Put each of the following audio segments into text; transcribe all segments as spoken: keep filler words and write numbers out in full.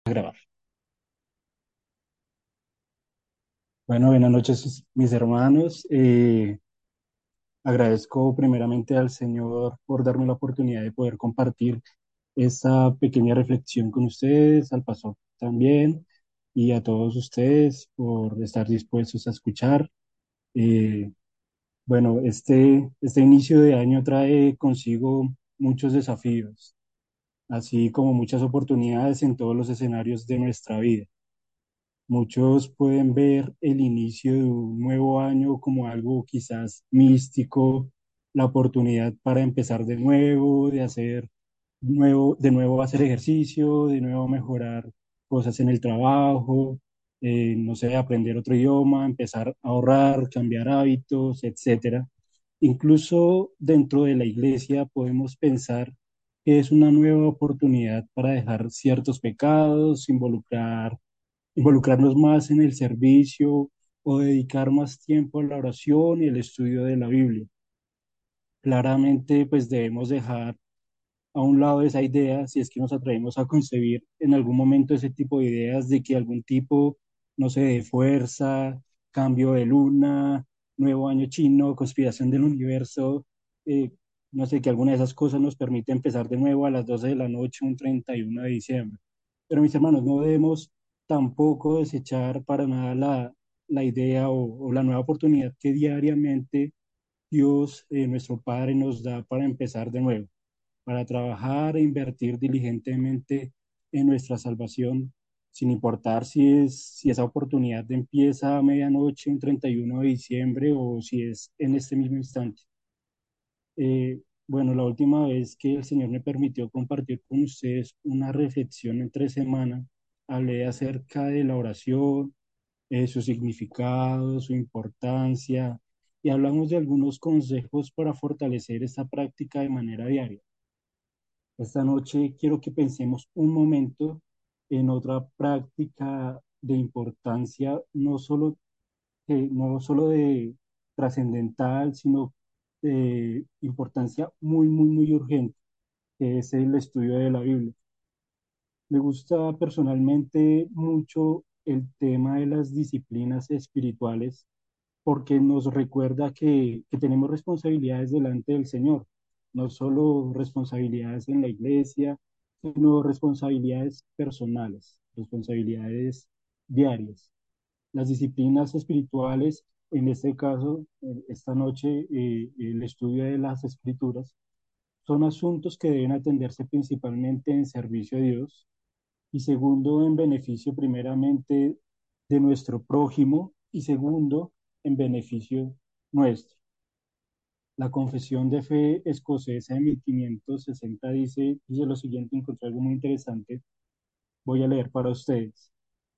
Grabar. Bueno, buenas noches, mis hermanos. Eh, agradezco primeramente al Señor por darme la oportunidad de poder compartir esta pequeña reflexión con ustedes, al pastor también, y a todos ustedes por estar dispuestos a escuchar. Eh, bueno, este, este inicio de año trae consigo muchos desafíos, así como muchas oportunidades en todos los escenarios de nuestra vida. Muchos pueden ver el inicio de un nuevo año como algo quizás místico, la oportunidad para empezar de nuevo, de hacer nuevo, de nuevo hacer ejercicio, de nuevo mejorar cosas en el trabajo, eh, no sé, aprender otro idioma, empezar a ahorrar, cambiar hábitos, etcétera. Incluso dentro de la iglesia podemos pensar que es una nueva oportunidad para dejar ciertos pecados, involucrar involucrarnos más en el servicio o dedicar más tiempo a la oración y el estudio de la Biblia. Claramente, pues debemos dejar a un lado esa idea, si es que nos atrevemos a concebir en algún momento ese tipo de ideas de que algún tipo, no sé, de fuerza, cambio de luna, nuevo año chino, conspiración del universo, eh, no sé, que alguna de esas cosas nos permite empezar de nuevo a las doce de la noche, un treinta y uno de diciembre. Pero mis hermanos, no debemos tampoco desechar para nada la, la idea o, o la nueva oportunidad que diariamente Dios, eh, nuestro Padre, nos da para empezar de nuevo, para trabajar e invertir diligentemente en nuestra salvación, sin importar si es, si esa oportunidad empieza a medianoche, en treinta y uno de diciembre, o si es en este mismo instante. Eh, bueno, la última vez que el Señor me permitió compartir con ustedes una reflexión entre semana, hablé acerca de la oración, eh, su significado, su importancia, y hablamos de algunos consejos para fortalecer esta práctica de manera diaria. Esta noche quiero que pensemos un momento en otra práctica de importancia, no solo, que- no solo de trascendental, sino de importancia muy, muy, muy urgente, que es el estudio de la Biblia. Me gusta personalmente mucho el tema de las disciplinas espirituales porque nos recuerda que, que tenemos responsabilidades delante del Señor, no solo responsabilidades en la iglesia, sino responsabilidades personales, responsabilidades diarias. Las disciplinas espirituales, en este caso, eh, esta noche, eh, el estudio de las escrituras, son asuntos que deben atenderse principalmente en servicio a Dios y segundo, en beneficio primeramente de nuestro prójimo y segundo, en beneficio nuestro. La Confesión de Fe Escocesa de mil quinientos sesenta dice, dice lo siguiente, encontré algo muy interesante, voy a leer para ustedes.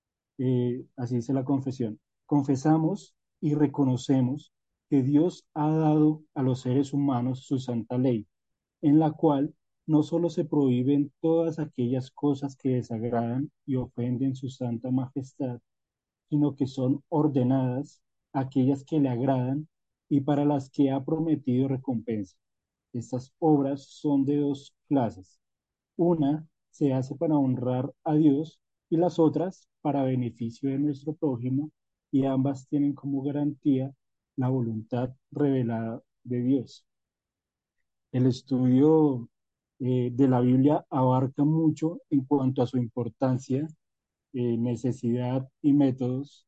Eh, así dice la confesión. Confesamos y reconocemos que Dios ha dado a los seres humanos su santa ley, en la cual no solo se prohíben todas aquellas cosas que desagradan y ofenden su santa majestad, sino que son ordenadas aquellas que le agradan y para las que ha prometido recompensa. Estas obras son de dos clases. Una se hace para honrar a Dios y las otras para beneficio de nuestro prójimo y ambas tienen como garantía la voluntad revelada de Dios. El estudio eh, de la Biblia abarca mucho en cuanto a su importancia, eh, necesidad y métodos,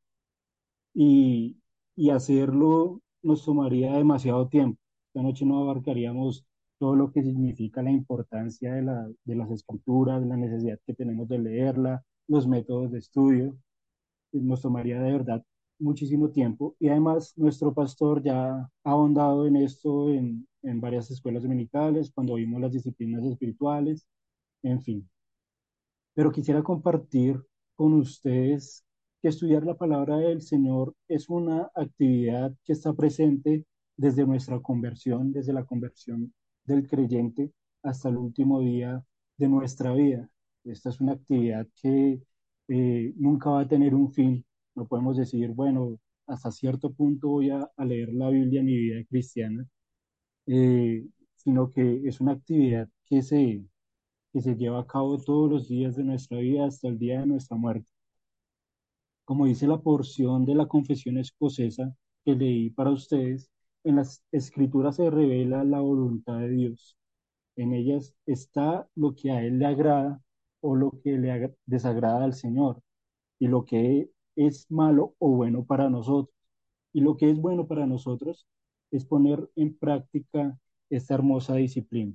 y, y hacerlo nos tomaría demasiado tiempo. Esta noche no abarcaríamos todo lo que significa la importancia de, la, de las escrituras, la necesidad que tenemos de leerla, los métodos de estudio. Nos tomaría de verdad muchísimo tiempo y además nuestro pastor ya ha ahondado en esto en, en varias escuelas dominicales, cuando vimos las disciplinas espirituales, en fin. Pero quisiera compartir con ustedes que estudiar la palabra del Señor es una actividad que está presente desde nuestra conversión, desde la conversión del creyente hasta el último día de nuestra vida. Esta es una actividad que eh, nunca va a tener un fin. No podemos decir, bueno, hasta cierto punto voy a, a leer la Biblia en mi vida cristiana, eh, sino que es una actividad que se que se lleva a cabo todos los días de nuestra vida hasta el día de nuestra muerte. Como dice la porción de la confesión escocesa que leí para ustedes, en las escrituras se revela la voluntad de Dios. En ellas está lo que a Él le agrada o lo que le agra- desagrada al Señor y lo que es malo o bueno para nosotros. Y lo que es bueno para nosotros es poner en práctica esta hermosa disciplina.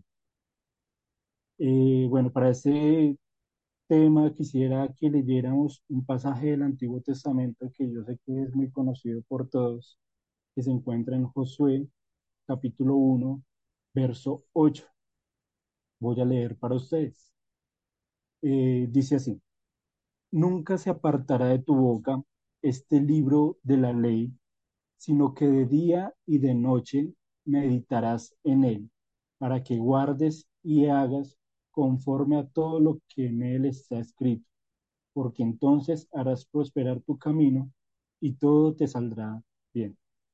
Eh, bueno, para este tema quisiera que leyéramos un pasaje del Antiguo Testamento que yo sé que es muy conocido por todos, que se encuentra en Josué capítulo uno verso ocho. Voy a leer para ustedes. Eh, dice así: Nunca se apartará de tu boca este libro de la ley, sino que de día y de noche meditarás en él, para que guardes y hagas conforme a todo lo que en él está escrito, porque entonces harás prosperar tu camino y todo te saldrá bien.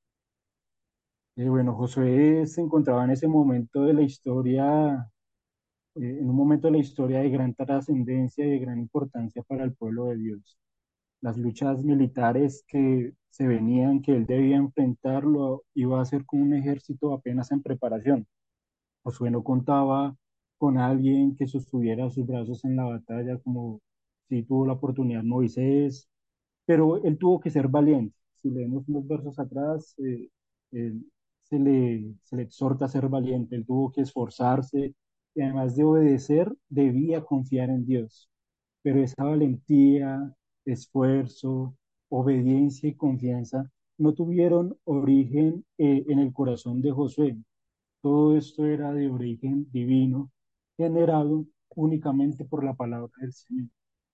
Eh, bueno, Josué se encontraba en ese momento de la historia, eh, en un momento de la historia de gran trascendencia y de gran importancia para el pueblo de Dios. Las luchas militares que se venían, que él debía enfrentarlo, iba a ser con un ejército apenas en preparación. Josué no contaba con alguien que sostuviera sus brazos en la batalla, como si tuvo la oportunidad Moisés, pero él tuvo que ser valiente. Si leemos unos versos atrás, eh, él- se le, se le exhorta a ser valiente, él tuvo que esforzarse y además de obedecer, debía confiar en Dios. Pero esa valentía, esfuerzo, obediencia y confianza no tuvieron origen eh, en el corazón de Josué. Todo esto era de origen divino, generado únicamente por la palabra del Señor.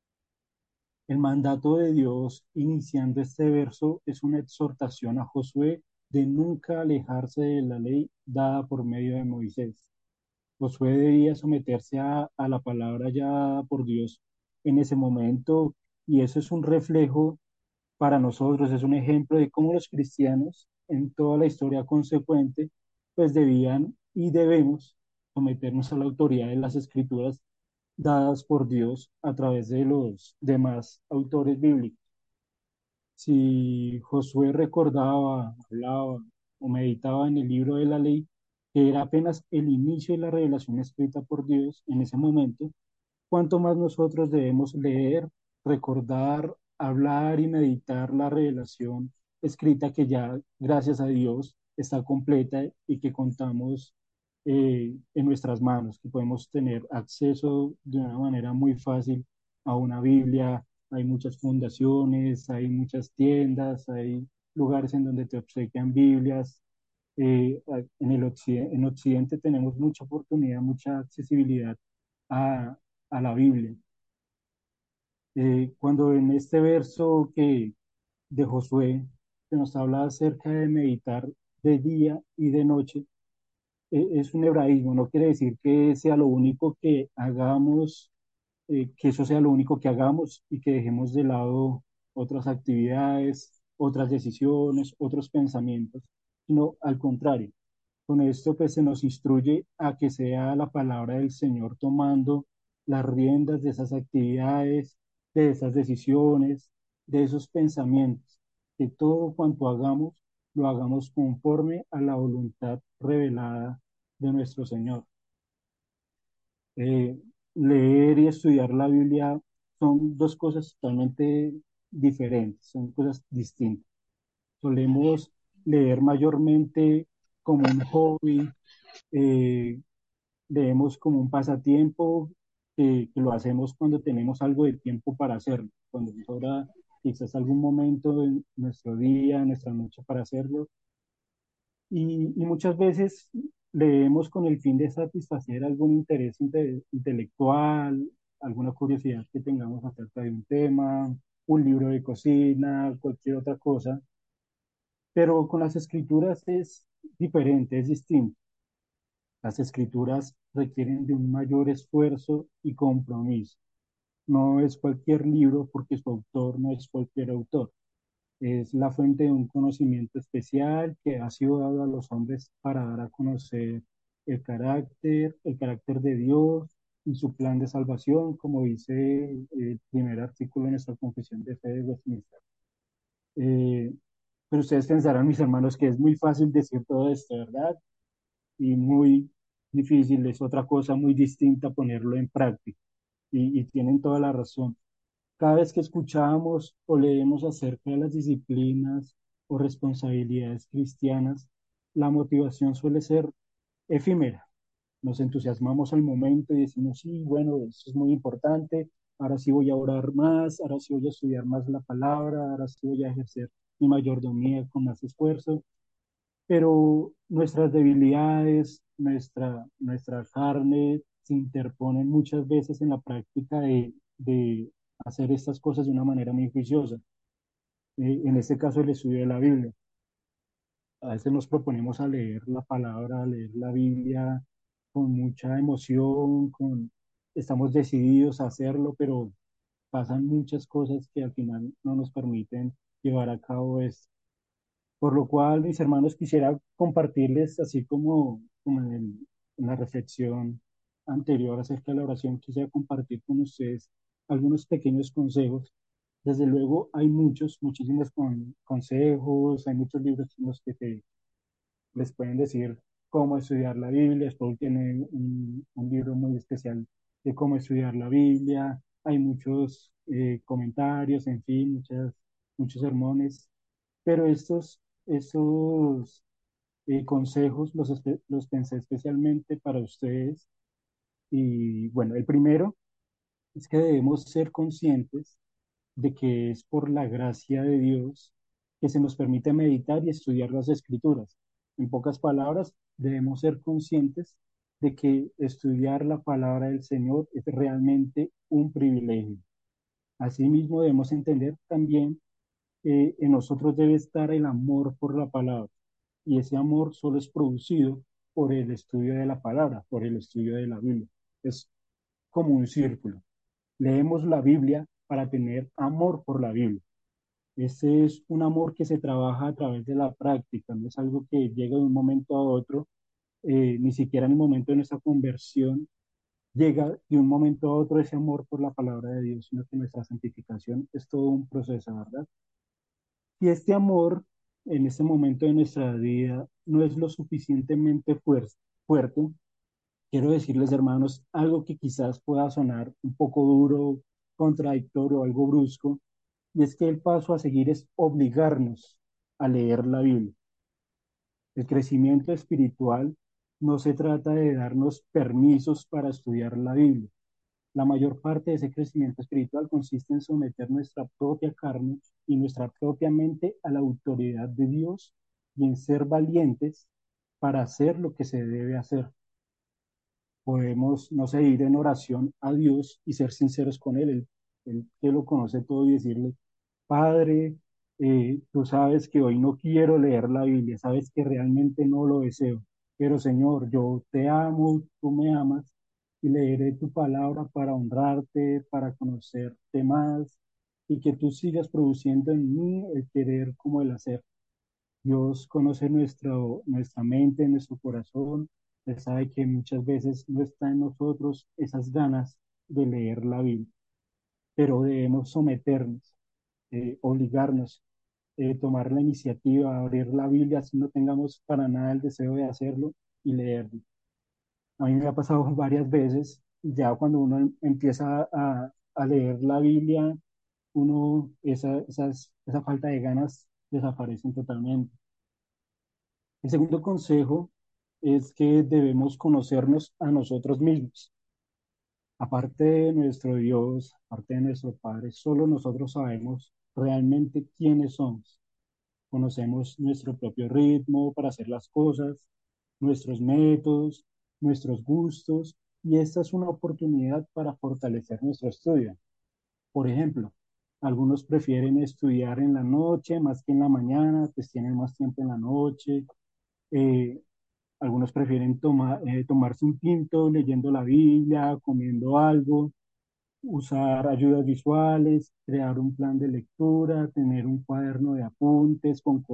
El mandato de Dios, iniciando este verso, es una exhortación a Josué de nunca alejarse de la ley dada por medio de Moisés. Josué debía someterse a, a la palabra ya dada por Dios en ese momento, y eso es un reflejo para nosotros, es un ejemplo de cómo los cristianos en toda la historia consecuente pues debían y debemos someternos a la autoridad de las escrituras dadas por Dios a través de los demás autores bíblicos. Si Josué recordaba, hablaba o meditaba en el libro de la ley, que era apenas el inicio de la revelación escrita por Dios en ese momento, cuánto más nosotros debemos leer, recordar, hablar y meditar la revelación escrita que ya, gracias a Dios, está completa y que contamos eh, en nuestras manos, que podemos tener acceso de una manera muy fácil a una Biblia. Hay muchas fundaciones, hay muchas tiendas, hay lugares en donde te obsequian Biblias. Eh, en el occidente, en Occidente tenemos mucha oportunidad, mucha accesibilidad a, a la Biblia. Eh, cuando en este verso que de Josué se nos habla acerca de meditar de día y de noche, eh, es un hebraísmo, no quiere decir que sea lo único que hagamos, eh, que eso sea lo único que hagamos y que dejemos de lado otras actividades, otras decisiones, otros pensamientos, sino al contrario. Con esto pues se nos instruye a que sea la palabra del Señor tomando las riendas de esas actividades, de esas decisiones, de esos pensamientos, que todo cuanto hagamos lo hagamos conforme a la voluntad revelada de nuestro Señor. Eh, Leer y estudiar la Biblia son dos cosas totalmente diferentes, son cosas distintas. Solemos leer mayormente como un hobby, eh, leemos como un pasatiempo que, que lo hacemos cuando tenemos algo de tiempo para hacerlo, cuando nos sobra quizás algún momento en nuestro día, en nuestra noche para hacerlo. Y, y muchas veces leemos con el fin de satisfacer algún interés inte- intelectual, alguna curiosidad que tengamos acerca de un tema, un libro de cocina, cualquier otra cosa. Pero con las escrituras es diferente, es distinto. Las escrituras requieren de un mayor esfuerzo y compromiso. No es cualquier libro porque su autor no es cualquier autor. Es la fuente de un conocimiento especial que ha sido dado a los hombres para dar a conocer el carácter, el carácter de Dios, y su plan de salvación, como dice el primer artículo de nuestra Confesión de Fe de Westminster. Eh, pero ustedes pensarán, mis hermanos, que es muy fácil decir todo esto, ¿verdad? Y muy difícil, es otra cosa muy distinta ponerlo en práctica. Y, y tienen toda la razón. Cada vez que escuchamos o leemos acerca de las disciplinas o responsabilidades cristianas, la motivación suele ser efímera. Nos entusiasmamos al momento y decimos, sí, bueno, eso es muy importante, ahora sí voy a orar más, ahora sí voy a estudiar más la palabra, ahora sí voy a ejercer mi mayordomía con más esfuerzo, pero nuestras debilidades, nuestra, nuestra carne se interponen muchas veces en la práctica de, de hacer estas cosas de una manera muy juiciosa. Eh, en este caso, el estudio de la Biblia. A veces nos proponemos a leer la palabra, a leer la Biblia con mucha emoción, con, estamos decididos a hacerlo, pero pasan muchas cosas que al final no nos permiten llevar a cabo esto. Por lo cual, mis hermanos, quisiera compartirles, así como, como en, el- en la reflexión anterior acerca de la oración, quisiera compartir con ustedes algunos pequeños consejos. Desde luego, hay muchos, muchísimos con- consejos, hay muchos libros en los que te, les pueden decir cómo estudiar la Biblia. Sproul tiene un, un libro muy especial de cómo estudiar la Biblia. Hay muchos eh, comentarios, en fin, muchas, muchos sermones. Pero estos, estos eh, consejos los, espe- los pensé especialmente para ustedes. Y bueno, el primero es que debemos ser conscientes de que es por la gracia de Dios que se nos permite meditar y estudiar las escrituras. En pocas palabras, debemos ser conscientes de que estudiar la palabra del Señor es realmente un privilegio. Asimismo, debemos entender también que en nosotros debe estar el amor por la palabra, y ese amor solo es producido por el estudio de la palabra, por el estudio de la Biblia. Es como un círculo. Leemos la Biblia para tener amor por la Biblia. Ese es un amor que se trabaja a través de la práctica, no es algo que llega de un momento a otro, eh, ni siquiera en el momento de nuestra conversión llega de un momento a otro ese amor por la palabra de Dios, sino que nuestra santificación es todo un proceso, ¿verdad? Y este amor en este momento de nuestra vida no es lo suficientemente fuer- fuerte, quiero decirles, hermanos, algo que quizás pueda sonar un poco duro, contradictorio, algo brusco, y es que el paso a seguir es obligarnos a leer la Biblia. El crecimiento espiritual no se trata de darnos permisos para estudiar la Biblia. La mayor parte de ese crecimiento espiritual consiste en someter nuestra propia carne y nuestra propia mente a la autoridad de Dios y en ser valientes para hacer lo que se debe hacer. Podemos, no sé, ir en oración a Dios y ser sinceros con Él, Él, Él que lo conoce todo y decirle, Padre, eh, tú sabes que hoy no quiero leer la Biblia, sabes que realmente no lo deseo, pero Señor, yo te amo, tú me amas y leeré tu palabra para honrarte, para conocerte más y que tú sigas produciendo en mí el querer como el hacer. Dios conoce nuestro, nuestra mente, nuestro corazón. Él sabe que muchas veces no está en nosotros esas ganas de leer la Biblia, pero debemos someternos, eh, obligarnos, eh, tomar la iniciativa, abrir la Biblia si no tengamos para nada el deseo de hacerlo y leerlo. A mí me ha pasado varias veces, ya cuando uno em- empieza a, a leer la Biblia, uno, esa, esas, esa falta de ganas desaparecen totalmente. El segundo consejo es que debemos conocernos a nosotros mismos. Aparte de nuestro Dios, aparte de nuestro Padre, solo nosotros sabemos realmente quiénes somos. Conocemos nuestro propio ritmo para hacer las cosas, nuestros métodos, nuestros gustos, y esta es una oportunidad para fortalecer nuestro estudio. Por ejemplo, algunos prefieren estudiar en la noche más que en la mañana, pues tienen más tiempo en la noche. Eh, Algunos prefieren tomar, eh, tomarse un tinto leyendo la Biblia, comiendo algo, usar ayudas visuales, crear un plan de lectura, tener un cuaderno de apuntes con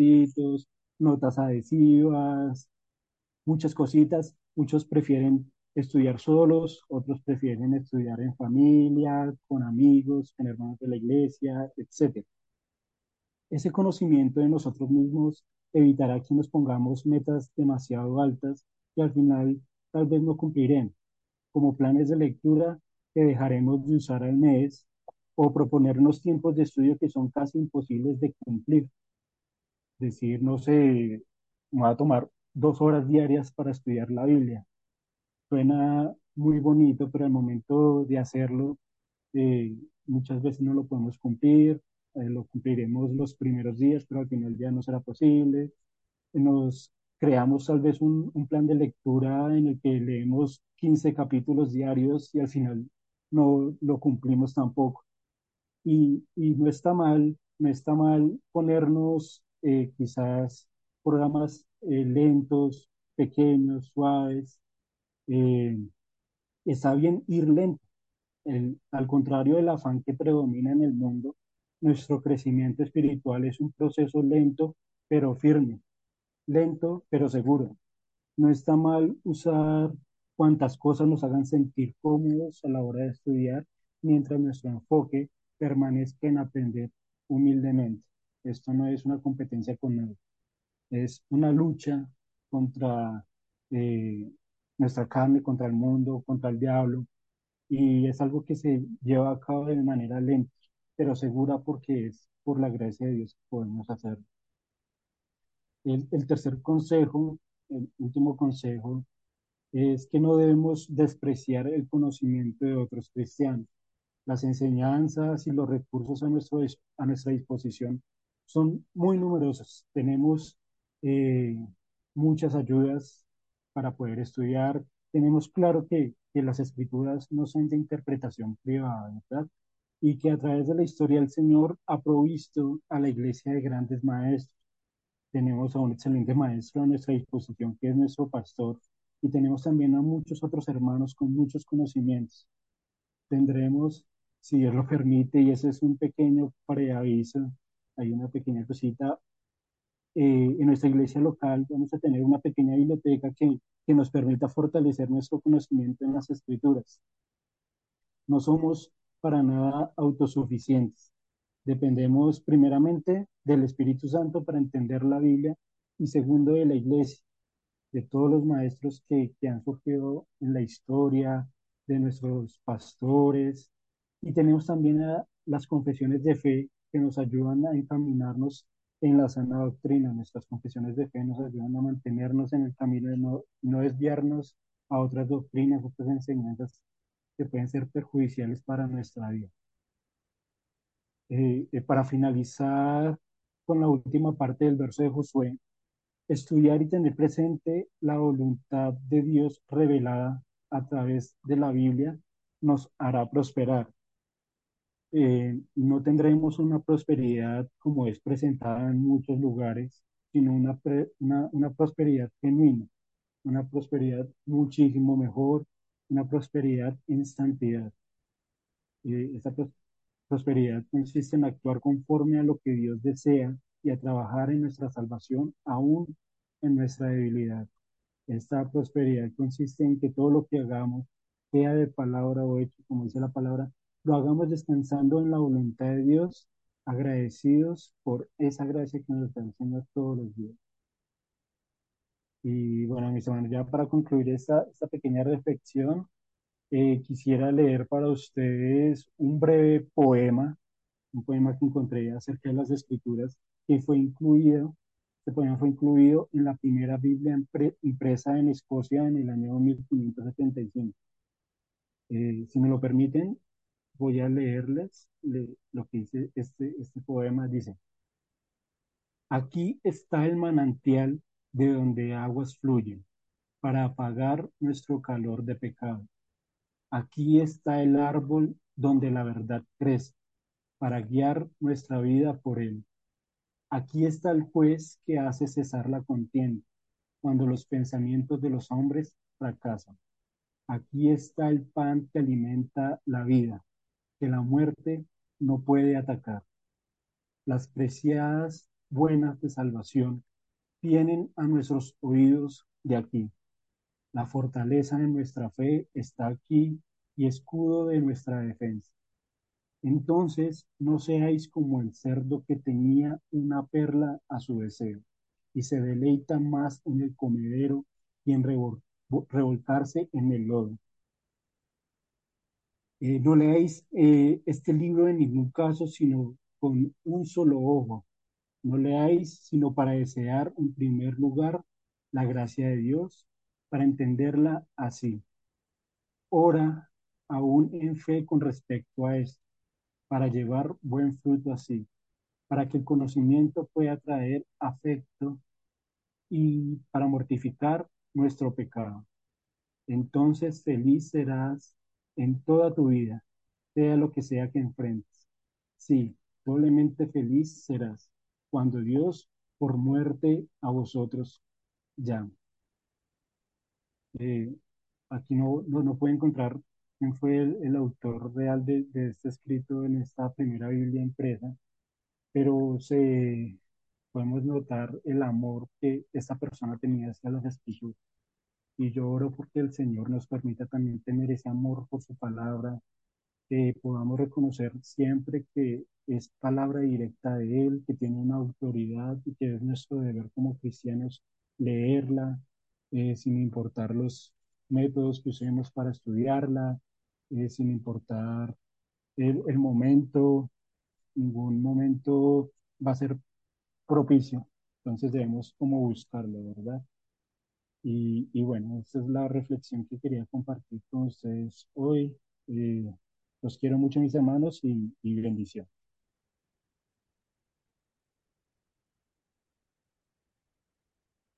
colorcitos, notas adhesivas, muchas cositas. Muchos prefieren estudiar solos, otros prefieren estudiar en familia, con amigos, con hermanos de la iglesia, etcétera. Ese conocimiento de nosotros mismos evitará que nos pongamos metas demasiado altas que al final tal vez no cumpliremos, como planes de lectura que dejaremos de usar al mes o proponernos tiempos de estudio que son casi imposibles de cumplir. Decir, no sé, me voy a tomar dos horas diarias para estudiar la Biblia. Suena muy bonito, pero al momento de hacerlo, eh, muchas veces no lo podemos cumplir, eh, lo cumpliremos los primeros días, pero al final ya no será posible. Nos creamos tal vez un, un plan de lectura en el que leemos quince capítulos diarios y al final no lo cumplimos tampoco. Y, y no está mal, no está mal ponernos eh, quizás programas eh, lentos, pequeños, suaves. Eh, Está bien ir lento. El- al contrario del afán que predomina en el mundo, nuestro crecimiento espiritual es un proceso lento pero firme, lento pero seguro. No está mal usar cuantas cosas nos hagan sentir cómodos a la hora de estudiar, mientras nuestro enfoque permanezca en aprender humildemente. Esto no es una competencia con nadie, es una lucha contra eh, nuestra carne, contra el mundo, contra el diablo, y es algo que se lleva a cabo de manera lenta, pero segura porque es por la gracia de Dios que podemos hacerlo. El, el tercer consejo, el último consejo, es que no debemos despreciar el conocimiento de otros cristianos. Las enseñanzas y los recursos a, nuestro, a nuestra disposición son muy numerosos. Tenemos eh, muchas ayudas para poder estudiar. Tenemos claro que, que las escrituras no son de interpretación privada, ¿verdad? Y que a través de la historia el Señor ha provisto a la iglesia de grandes maestros. Tenemos a un excelente maestro a nuestra disposición, que es nuestro pastor, y tenemos también a muchos otros hermanos con muchos conocimientos. Tendremos, si Dios lo permite, y ese es un pequeño preaviso, hay una pequeña cosita, eh, en nuestra iglesia local vamos a tener una pequeña biblioteca que, que nos permita fortalecer nuestro conocimiento en las escrituras. No somos para nada autosuficientes. Dependemos primeramente del Espíritu Santo para entender la Biblia y segundo de la iglesia, de todos los maestros que, que han surgido en la historia, de nuestros pastores, y tenemos también a las confesiones de fe que nos ayudan a encaminarnos en la sana doctrina. Nuestras confesiones de fe nos ayudan a mantenernos en el camino de no, no desviarnos a otras doctrinas, otras enseñanzas que pueden ser perjudiciales para nuestra vida. Eh, eh, para finalizar con la última parte del verso de Josué, estudiar y tener presente la voluntad de Dios revelada a través de la Biblia nos hará prosperar. Eh, no tendremos una prosperidad como es presentada en muchos lugares, sino una, pre- una, una prosperidad genuina, una prosperidad muchísimo mejor, una prosperidad en santidad. Eh, esa pros- prosperidad consiste en actuar conforme a lo que Dios desea y a trabajar en nuestra salvación aún en nuestra debilidad. Esta prosperidad consiste en que todo lo que hagamos, sea de palabra o hecho, como dice la palabra, lo hagamos descansando en la voluntad de Dios, agradecidos por esa gracia que nos da el Señor todos los días. Y bueno, mis hermanos, ya para concluir esta, esta pequeña reflexión, eh, quisiera leer para ustedes un breve poema, un poema que encontré acerca de las Escrituras, que fue incluido, este poema fue incluido en la primera Biblia impre- impresa en Escocia en el año mil quinientos setenta y cinco. Eh, si me lo permiten, voy a leerles le- lo que dice este, este poema. Dice, aquí está el manantial de donde aguas fluyen para apagar nuestro calor de pecado. Aquí está el árbol donde la verdad crece para guiar nuestra vida por él. Aquí está el juez que hace cesar la contienda cuando los pensamientos de los hombres fracasan. Aquí está el pan que alimenta la vida, que la muerte no puede atacar. Las preciadas buenas de salvación vienen a nuestros oídos de aquí. La fortaleza de nuestra fe está aquí y escudo de nuestra defensa. Entonces no seáis como el cerdo que tenía una perla a su deseo y se deleita más en el comedero y en revol- revolcarse en el lodo. Eh, no leáis eh, este libro en ningún caso, sino con un solo ojo. No leáis sino para desear en primer lugar la gracia de Dios, para entenderla así. Ora aún en fe con respecto a esto, para llevar buen fruto así, para que el conocimiento pueda traer afecto y para mortificar nuestro pecado. Entonces feliz serás en toda tu vida, sea lo que sea que enfrentes. Sí, doblemente feliz serás cuando Dios por muerte a vosotros llame. Eh, Aquí no, no, no puedo encontrar quién fue el, el autor real de, de este escrito en esta primera Biblia impresa, pero se, podemos notar el amor que esta persona tenía hacia las escrituras. Y yo oro porque el Señor nos permita también tener ese amor por su palabra, que podamos reconocer siempre que es palabra directa de Él, que tiene una autoridad y que es nuestro deber como cristianos leerla, eh, sin importar los métodos que usemos para estudiarla, eh, sin importar el, el momento, ningún momento va a ser propicio. Entonces debemos como buscarlo, ¿verdad? Y, y bueno, esta es la reflexión que quería compartir con ustedes hoy. Eh, los quiero mucho, mis hermanos, y, y bendición.